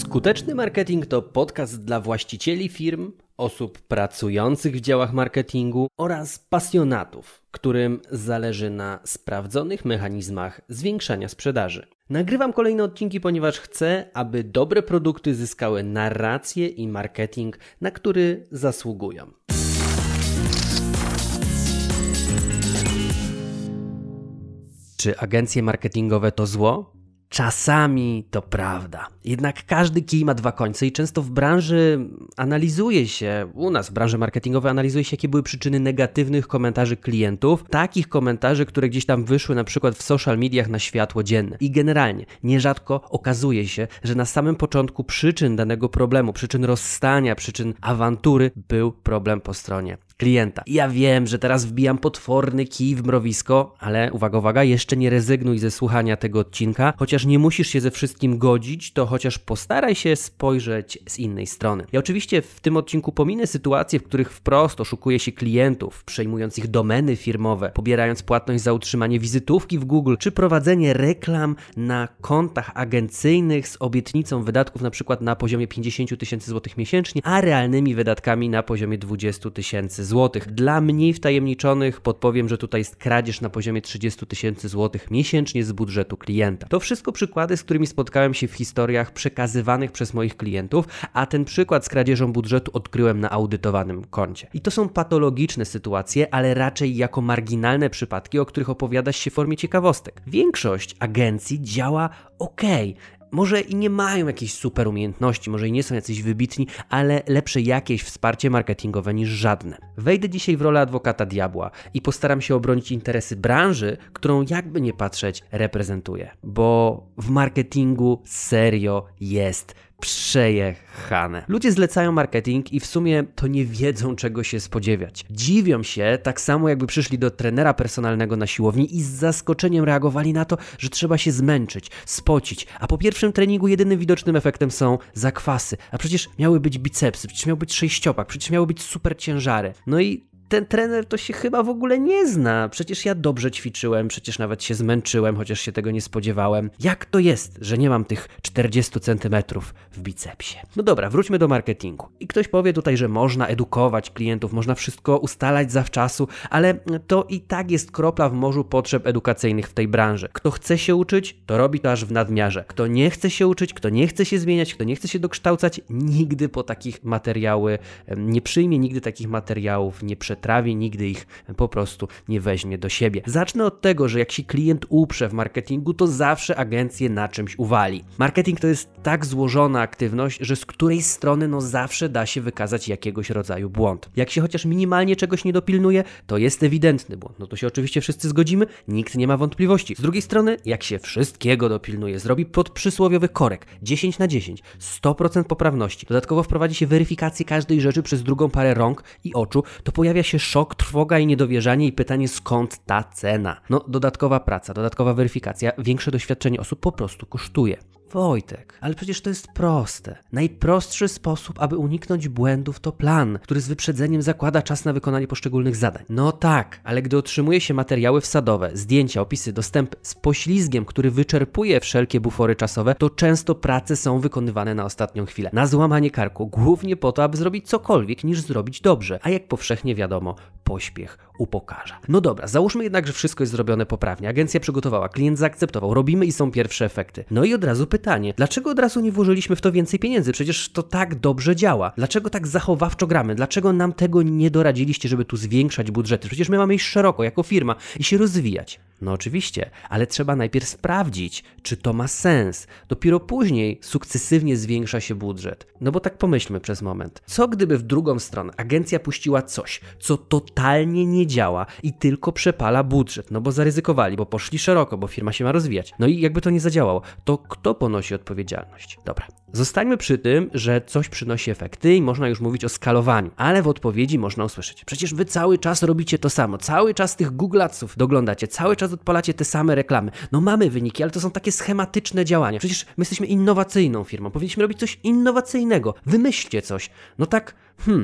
Skuteczny marketing to podcast dla właścicieli firm, osób pracujących w działach marketingu oraz pasjonatów, którym zależy na sprawdzonych mechanizmach zwiększania sprzedaży. Nagrywam kolejne odcinki, ponieważ chcę, aby dobre produkty zyskały narrację i marketing, na który zasługują. Czy agencje marketingowe to zło? Czasami to prawda. Jednak każdy kij ma dwa końce i często w branży u nas w branży marketingowej analizuje się, jakie były przyczyny negatywnych komentarzy klientów, takich komentarzy, które gdzieś tam wyszły na przykład w social mediach na światło dzienne. I generalnie nierzadko okazuje się, że na samym początku przyczyn danego problemu, przyczyn rozstania, przyczyn awantury był problem po stronie klienta. I ja wiem, że teraz wbijam potworny kij w mrowisko, ale uwaga, jeszcze nie rezygnuj ze słuchania tego odcinka. Chociaż nie musisz się ze wszystkim godzić, to chociaż postaraj się spojrzeć z innej strony. Ja oczywiście w tym odcinku pominę sytuacje, w których wprost oszukuje się klientów, przejmując ich domeny firmowe, pobierając płatność za utrzymanie wizytówki w Google, czy prowadzenie reklam na kontach agencyjnych z obietnicą wydatków na przykład na poziomie 50 000 złotych miesięcznie, a realnymi wydatkami na poziomie 20 000 złotych. Dla mniej wtajemniczonych podpowiem, że tutaj jest kradzież na poziomie 30 000 złotych miesięcznie z budżetu klienta. To wszystko przykłady, z którymi spotkałem się w historiach przekazywanych przez moich klientów, a ten przykład z kradzieżą budżetu odkryłem na audytowanym koncie. I to są patologiczne sytuacje, ale raczej jako marginalne przypadki, o których opowiada się w formie ciekawostek. Większość agencji działa Może i nie mają jakiejś super umiejętności, może i nie są jacyś wybitni, ale lepsze jakieś wsparcie marketingowe niż żadne. Wejdę dzisiaj w rolę adwokata diabła i postaram się obronić interesy branży, którą jakby nie patrzeć reprezentuję. Bo w marketingu serio jest przejechane. Ludzie zlecają marketing i w sumie to nie wiedzą, czego się spodziewać. Dziwią się tak samo, jakby przyszli do trenera personalnego na siłowni i z zaskoczeniem reagowali na to, że trzeba się zmęczyć, spocić, a po pierwszym treningu jedynym widocznym efektem są zakwasy, a przecież miały być bicepsy, przecież miał być sześciopak, przecież miały być super ciężary. No i ten trener to się chyba w ogóle nie zna. Przecież ja dobrze ćwiczyłem, przecież nawet się zmęczyłem, chociaż się tego nie spodziewałem. Jak to jest, że nie mam tych 40 centymetrów w bicepsie? No dobra, wróćmy do marketingu. I ktoś powie tutaj, że można edukować klientów, można wszystko ustalać zawczasu, ale to i tak jest kropla w morzu potrzeb edukacyjnych w tej branży. Kto chce się uczyć, to robi to aż w nadmiarze. Kto nie chce się uczyć, kto nie chce się zmieniać, kto nie chce się dokształcać, nigdy po takich materiały nie przyjmie, nigdy takich materiałów nie przetrawi, nigdy ich po prostu nie weźmie do siebie. Zacznę od tego, że jak się klient uprze w marketingu, to zawsze agencję na czymś uwali. Marketing to jest tak złożona aktywność, że z której strony zawsze da się wykazać jakiegoś rodzaju błąd. Jak się chociaż minimalnie czegoś nie dopilnuje, to jest ewidentny błąd. To się oczywiście wszyscy zgodzimy, nikt nie ma wątpliwości. Z drugiej strony, jak się wszystkiego dopilnuje, zrobi podprzysłowiowy korek 10/10, 100% poprawności, dodatkowo wprowadzi się weryfikację każdej rzeczy przez drugą parę rąk i oczu, to pojawia się szok, trwoga i niedowierzanie i pytanie, skąd ta cena? Dodatkowa praca, dodatkowa weryfikacja, większe doświadczenie osób po prostu kosztuje. Wojtek, ale przecież to jest proste. Najprostszy sposób, aby uniknąć błędów, to plan, który z wyprzedzeniem zakłada czas na wykonanie poszczególnych zadań. No tak, ale gdy otrzymuje się materiały wsadowe, zdjęcia, opisy, dostęp z poślizgiem, który wyczerpuje wszelkie bufory czasowe, to często prace są wykonywane na ostatnią chwilę, na złamanie karku, głównie po to, aby zrobić cokolwiek niż zrobić dobrze, a jak powszechnie wiadomo, pośpiech upokarza. No dobra, załóżmy jednak, że wszystko jest zrobione poprawnie, agencja przygotowała, klient zaakceptował, robimy i są pierwsze efekty. No i od razu pytanie, dlaczego od razu nie włożyliśmy w to więcej pieniędzy? Przecież to tak dobrze działa. Dlaczego tak zachowawczo gramy? Dlaczego nam tego nie doradziliście, żeby tu zwiększać budżety? Przecież my mamy iść szeroko jako firma i się rozwijać. No oczywiście, ale trzeba najpierw sprawdzić, czy to ma sens. Dopiero później sukcesywnie zwiększa się budżet. No bo tak pomyślmy przez moment. Co gdyby w drugą stronę agencja puściła coś, co totalnie nie działa i tylko przepala budżet? No bo zaryzykowali, bo poszli szeroko, bo firma się ma rozwijać. No i jakby to nie zadziałało, to kto ponosi odpowiedzialność? Dobra. Zostańmy przy tym, że coś przynosi efekty i można już mówić o skalowaniu, ale w odpowiedzi można usłyszeć: przecież wy cały czas robicie to samo, cały czas tych Google Adsów doglądacie, cały czas odpalacie te same reklamy. No mamy wyniki, ale to są takie schematyczne działania. Przecież my jesteśmy innowacyjną firmą, powinniśmy robić coś innowacyjnego. Wymyślcie coś. No tak,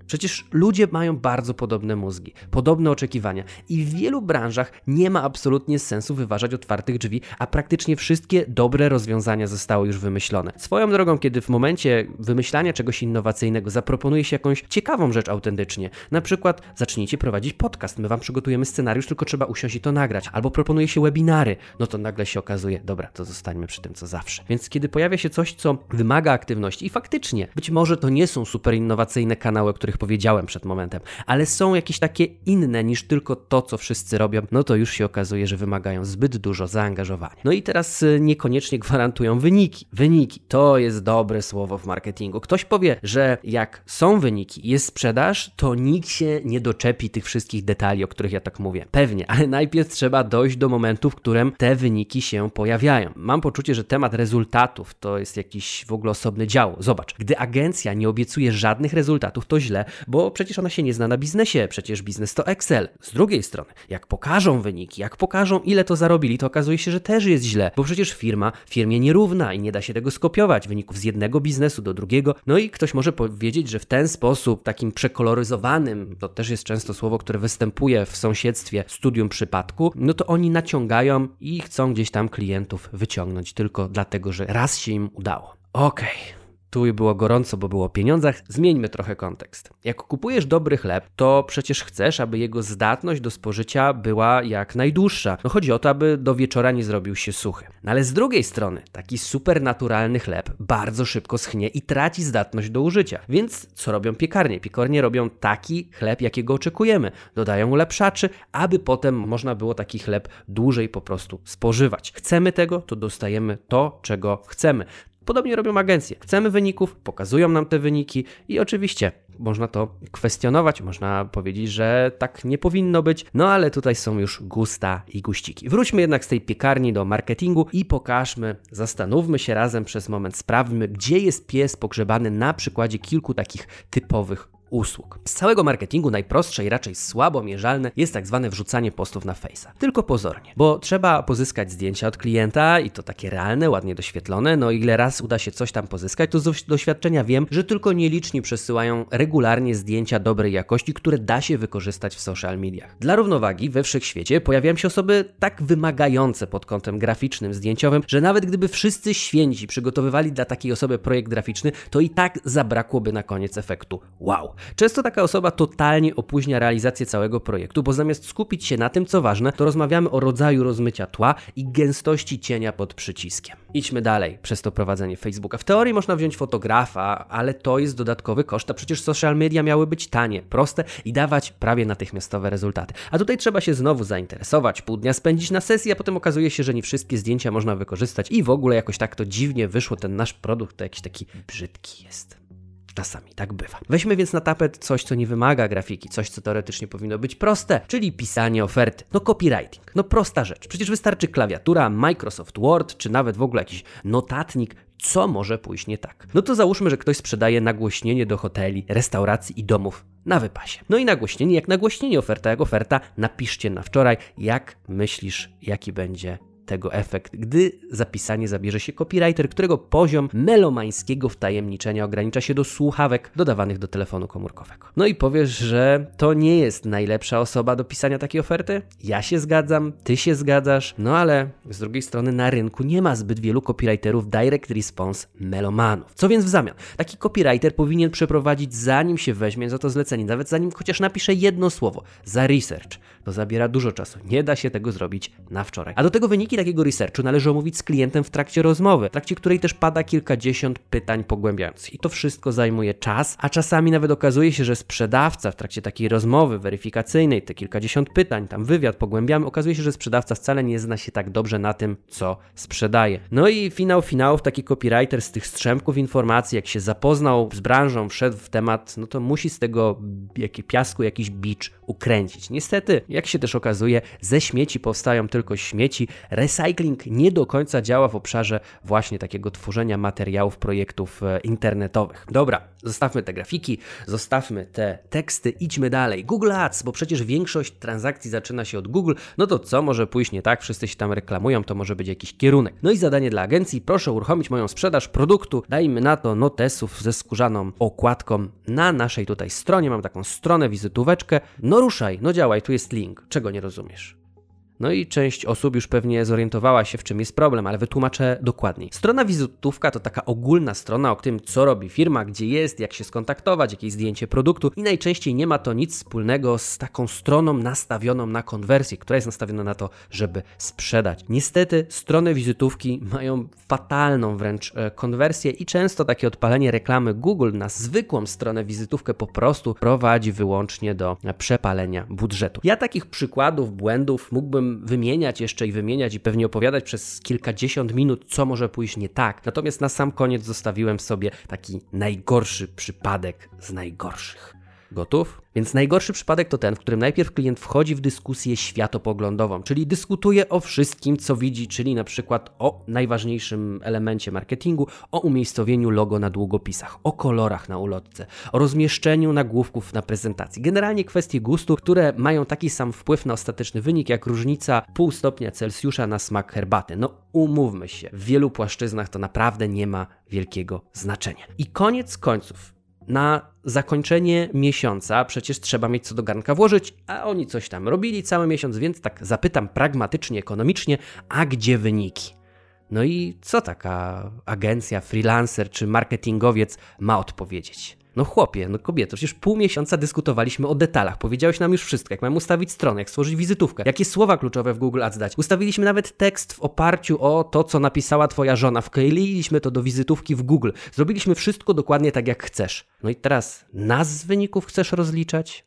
Przecież ludzie mają bardzo podobne mózgi, podobne oczekiwania i w wielu branżach nie ma absolutnie sensu wyważać otwartych drzwi, a praktycznie wszystkie dobre rozwiązania zostały już wymyślone. Swoją drogą, kiedy w momencie wymyślania czegoś innowacyjnego zaproponuje się jakąś ciekawą rzecz autentycznie, na przykład zacznijcie prowadzić podcast, my wam przygotujemy scenariusz, tylko trzeba usiąść i to nagrać, albo proponuje się webinary, no to nagle się okazuje, dobra, to zostańmy przy tym, co zawsze. Więc kiedy pojawia się coś, co wymaga aktywności i faktycznie, być może to nie są super innowacyjne kanały, o których powiedziałem przed momentem, ale są jakieś takie inne niż tylko to, co wszyscy robią, no to już się okazuje, że wymagają zbyt dużo zaangażowania. No i teraz niekoniecznie gwarantują wyniki. Wyniki to jest dobre słowo w marketingu. Ktoś powie, że jak są wyniki i jest sprzedaż, to nikt się nie doczepi tych wszystkich detali, o których ja tak mówię. Pewnie, ale najpierw trzeba dojść do momentu, w którym te wyniki się pojawiają. Mam poczucie, że temat rezultatów to jest jakiś w ogóle osobny dział. Zobacz, gdy agencja nie obiecuje żadnych rezultatów, to źle, bo przecież ona się nie zna na biznesie, przecież biznes to Excel. Z drugiej strony, jak pokażą wyniki, jak pokażą ile to zarobili, to okazuje się, że też jest źle, bo przecież firma firmie nierówna i nie da się tego skopiować, wyników z jednego biznesu do drugiego. No i ktoś może powiedzieć, że w ten sposób, takim przekoloryzowanym, to też jest często słowo, które występuje w sąsiedztwie studium przypadku, no to oni naciągają i chcą gdzieś tam klientów wyciągnąć tylko dlatego, że raz się im udało. Okej. Tu było gorąco, bo było o pieniądzach. Zmieńmy trochę kontekst. Jak kupujesz dobry chleb, to przecież chcesz, aby jego zdatność do spożycia była jak najdłuższa. No chodzi o to, aby do wieczora nie zrobił się suchy. No ale z drugiej strony, taki supernaturalny chleb bardzo szybko schnie i traci zdatność do użycia. Więc co robią piekarnie? Piekarnie robią taki chleb, jakiego oczekujemy. Dodają ulepszaczy, aby potem można było taki chleb dłużej po prostu spożywać. Chcemy tego, to dostajemy to, czego chcemy. Podobnie robią agencje. Chcemy wyników, pokazują nam te wyniki i oczywiście można to kwestionować, można powiedzieć, że tak nie powinno być, no ale tutaj są już gusta i guściki. Wróćmy jednak z tej piekarni do marketingu i pokażmy, zastanówmy się razem przez moment, sprawdźmy, gdzie jest pies pogrzebany na przykładzie kilku takich typowych usług. Z całego marketingu najprostsze i raczej słabo mierzalne jest tak zwane wrzucanie postów na Face'a. Tylko pozornie, bo trzeba pozyskać zdjęcia od klienta i to takie realne, ładnie doświetlone, no ile raz uda się coś tam pozyskać, to z doświadczenia wiem, że tylko nieliczni przesyłają regularnie zdjęcia dobrej jakości, które da się wykorzystać w social mediach. Dla równowagi we wszechświecie pojawiają się osoby tak wymagające pod kątem graficznym, zdjęciowym, że nawet gdyby wszyscy święci przygotowywali dla takiej osoby projekt graficzny, to i tak zabrakłoby na koniec efektu wow. Często taka osoba totalnie opóźnia realizację całego projektu, bo zamiast skupić się na tym, co ważne, to rozmawiamy o rodzaju rozmycia tła i gęstości cienia pod przyciskiem. Idźmy dalej przez to prowadzenie Facebooka. W teorii można wziąć fotografa, ale to jest dodatkowy koszt, a przecież social media miały być tanie, proste i dawać prawie natychmiastowe rezultaty. A tutaj trzeba się znowu zainteresować, pół dnia spędzić na sesji, a potem okazuje się, że nie wszystkie zdjęcia można wykorzystać i w ogóle jakoś tak to dziwnie wyszło, ten nasz produkt to jakiś taki brzydki jest. Czasami tak bywa. Weźmy więc na tapet coś, co nie wymaga grafiki, coś, co teoretycznie powinno być proste, czyli pisanie oferty. No copywriting, no prosta rzecz. Przecież wystarczy klawiatura, Microsoft Word, czy nawet w ogóle jakiś notatnik. Co może pójść nie tak? No to załóżmy, że ktoś sprzedaje nagłośnienie do hoteli, restauracji i domów na wypasie. No i nagłośnienie jak nagłośnienie, oferta jak oferta. Napiszcie na wczoraj, jak myślisz, jaki będzie tego efekt, gdy zapisanie zabierze się copywriter, którego poziom melomańskiego wtajemniczenia ogranicza się do słuchawek dodawanych do telefonu komórkowego. No i powiesz, że to nie jest najlepsza osoba do pisania takiej oferty? Ja się zgadzam, ty się zgadzasz, no ale z drugiej strony na rynku nie ma zbyt wielu copywriterów direct response melomanów. Co więc w zamian? Taki copywriter powinien przeprowadzić, zanim się weźmie za to zlecenie, nawet zanim chociaż napisze jedno słowo, za research. To zabiera dużo czasu, nie da się tego zrobić na wczoraj. A do tego wyniki takiego researchu należy omówić z klientem w trakcie rozmowy, w trakcie której też pada kilkadziesiąt pytań pogłębiających. I to wszystko zajmuje czas, a czasami nawet okazuje się, że sprzedawca w trakcie takiej rozmowy weryfikacyjnej, te kilkadziesiąt pytań, tam wywiad pogłębiamy, okazuje się, że sprzedawca wcale nie zna się tak dobrze na tym, co sprzedaje. No i finał finałów, taki copywriter z tych strzępków informacji, jak się zapoznał z branżą, wszedł w temat, no to musi z tego piasku jakiś bicz ukręcić. Niestety, jak się też okazuje, ze śmieci powstają tylko śmieci, Recycling nie do końca działa w obszarze właśnie takiego tworzenia materiałów, projektów internetowych. Dobra, zostawmy te grafiki, zostawmy te teksty, idźmy dalej. Google Ads, bo przecież większość transakcji zaczyna się od Google, no to co może pójść nie tak? Wszyscy się tam reklamują, to może być jakiś kierunek. No i zadanie dla agencji, proszę uruchomić moją sprzedaż produktu, dajmy na to notesów ze skórzaną okładką na naszej tutaj stronie, mam taką stronę, wizytóweczkę, no ruszaj, no działaj, tu jest link, czego nie rozumiesz? No i część osób już pewnie zorientowała się, w czym jest problem, ale wytłumaczę dokładniej. Strona wizytówka to taka ogólna strona o tym, co robi firma, gdzie jest, jak się skontaktować, jakieś zdjęcie produktu i najczęściej nie ma to nic wspólnego z taką stroną nastawioną na konwersję, która jest nastawiona na to, żeby sprzedać. Niestety strony wizytówki mają fatalną wręcz konwersję i często takie odpalenie reklamy Google na zwykłą stronę wizytówkę po prostu prowadzi wyłącznie do przepalenia budżetu. Ja takich przykładów, błędów mógłbym wymieniać jeszcze i wymieniać i pewnie opowiadać przez kilkadziesiąt minut, co może pójść nie tak. Natomiast na sam koniec zostawiłem sobie taki najgorszy przypadek z najgorszych. Gotów? Więc najgorszy przypadek to ten, w którym najpierw klient wchodzi w dyskusję światopoglądową, czyli dyskutuje o wszystkim, co widzi, czyli na przykład o najważniejszym elemencie marketingu, o umiejscowieniu logo na długopisach, o kolorach na ulotce, o rozmieszczeniu nagłówków na prezentacji. Generalnie kwestie gustu, które mają taki sam wpływ na ostateczny wynik, jak różnica 0,5 stopnia Celsjusza na smak herbaty. No umówmy się, w wielu płaszczyznach to naprawdę nie ma wielkiego znaczenia. I koniec końców, na zakończenie miesiąca przecież trzeba mieć co do garnka włożyć, a oni coś tam robili cały miesiąc, więc tak zapytam pragmatycznie, ekonomicznie, a gdzie wyniki? No i co taka agencja, freelancer czy marketingowiec ma odpowiedzieć? No chłopie, no kobieto, przecież pół miesiąca dyskutowaliśmy o detalach, powiedziałeś nam już wszystko, jak mam ustawić stronę, jak stworzyć wizytówkę, jakie słowa kluczowe w Google Ads dać. Ustawiliśmy nawet tekst w oparciu o to, co napisała twoja żona, wkleiliśmy to do wizytówki w Google, zrobiliśmy wszystko dokładnie tak, jak chcesz. No i teraz nas z wyników chcesz rozliczać?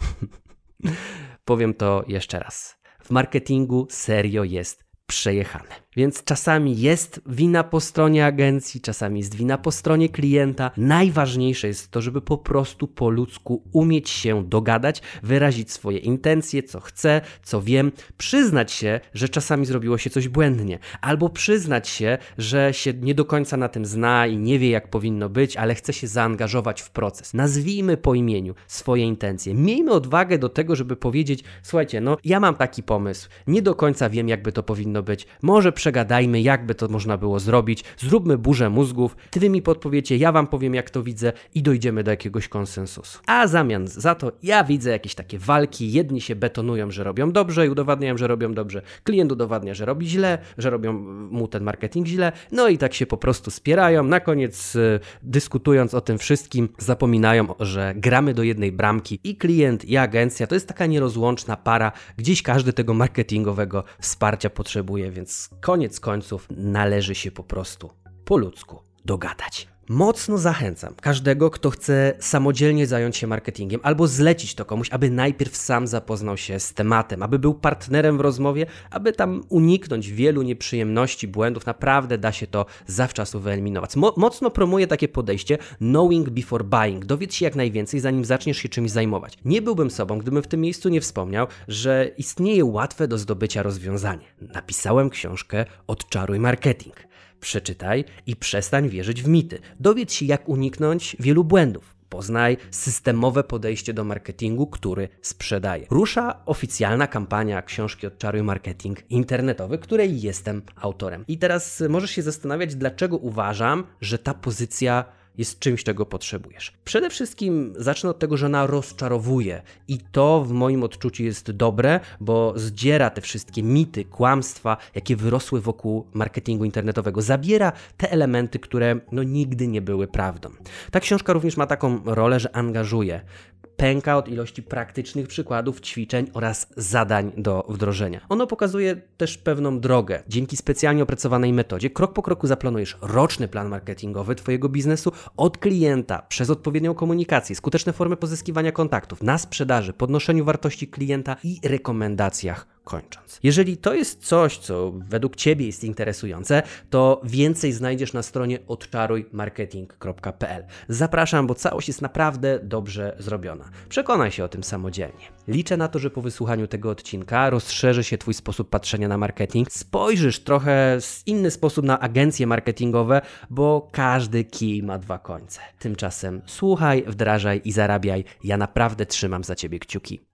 Powiem to jeszcze raz. W marketingu serio jest przejechane. Więc czasami jest wina po stronie agencji, czasami jest wina po stronie klienta. Najważniejsze jest to, żeby po prostu po ludzku umieć się dogadać, wyrazić swoje intencje, co chcę, co wiem, przyznać się, że czasami zrobiło się coś błędnie, albo przyznać się, że się nie do końca na tym zna i nie wie, jak powinno być, ale chce się zaangażować w proces. Nazwijmy po imieniu swoje intencje. Miejmy odwagę do tego, żeby powiedzieć, słuchajcie, no ja mam taki pomysł, nie do końca wiem, jakby to powinno być, może przegadajmy, jakby to można było zrobić, zróbmy burzę mózgów, wy mi podpowiecie, ja wam powiem, jak to widzę i dojdziemy do jakiegoś konsensusu. A zamiast za to ja widzę jakieś takie walki, jedni się betonują, że robią dobrze i udowadniają, że robią dobrze, klient udowadnia, że robi źle, że robią mu ten marketing źle, no i tak się po prostu spierają, na koniec dyskutując o tym wszystkim zapominają, że gramy do jednej bramki i klient i agencja to jest taka nierozłączna para, gdzieś każdy tego marketingowego wsparcia potrzebuje, więc koniec końców należy się po prostu po ludzku dogadać. Mocno zachęcam każdego, kto chce samodzielnie zająć się marketingiem albo zlecić to komuś, aby najpierw sam zapoznał się z tematem, aby był partnerem w rozmowie, aby tam uniknąć wielu nieprzyjemności, błędów. Naprawdę da się to zawczasu wyeliminować. Mocno promuję takie podejście knowing before buying. Dowiedz się jak najwięcej, zanim zaczniesz się czymś zajmować. Nie byłbym sobą, gdybym w tym miejscu nie wspomniał, że istnieje łatwe do zdobycia rozwiązanie. Napisałem książkę Odczaruj marketing. Przeczytaj i przestań wierzyć w mity. Dowiedz się, jak uniknąć wielu błędów. Poznaj systemowe podejście do marketingu, który sprzedaje. Rusza oficjalna kampania książki Odczaruj marketing internetowy, której jestem autorem. I teraz możesz się zastanawiać, dlaczego uważam, że ta pozycja jest czymś, czego potrzebujesz. Przede wszystkim zacznę od tego, że ona rozczarowuje i to w moim odczuciu jest dobre, bo zdziera te wszystkie mity, kłamstwa, jakie wyrosły wokół marketingu internetowego. Zabiera te elementy, które nigdy nie były prawdą. Ta książka również ma taką rolę, że angażuje. Pęka od ilości praktycznych przykładów, ćwiczeń oraz zadań do wdrożenia. Ono pokazuje też pewną drogę. Dzięki specjalnie opracowanej metodzie krok po kroku zaplanujesz roczny plan marketingowy Twojego biznesu od klienta, przez odpowiednią komunikację, skuteczne formy pozyskiwania kontaktów, na sprzedaży, podnoszeniu wartości klienta i rekomendacjach kończąc. Jeżeli to jest coś, co według Ciebie jest interesujące, to więcej znajdziesz na stronie odczarujmarketing.pl. Zapraszam, bo całość jest naprawdę dobrze zrobiona. Przekonaj się o tym samodzielnie. Liczę na to, że po wysłuchaniu tego odcinka rozszerzy się Twój sposób patrzenia na marketing, spojrzysz trochę w inny sposób na agencje marketingowe, bo każdy kij ma dwa końce. Tymczasem słuchaj, wdrażaj i zarabiaj. Ja naprawdę trzymam za Ciebie kciuki.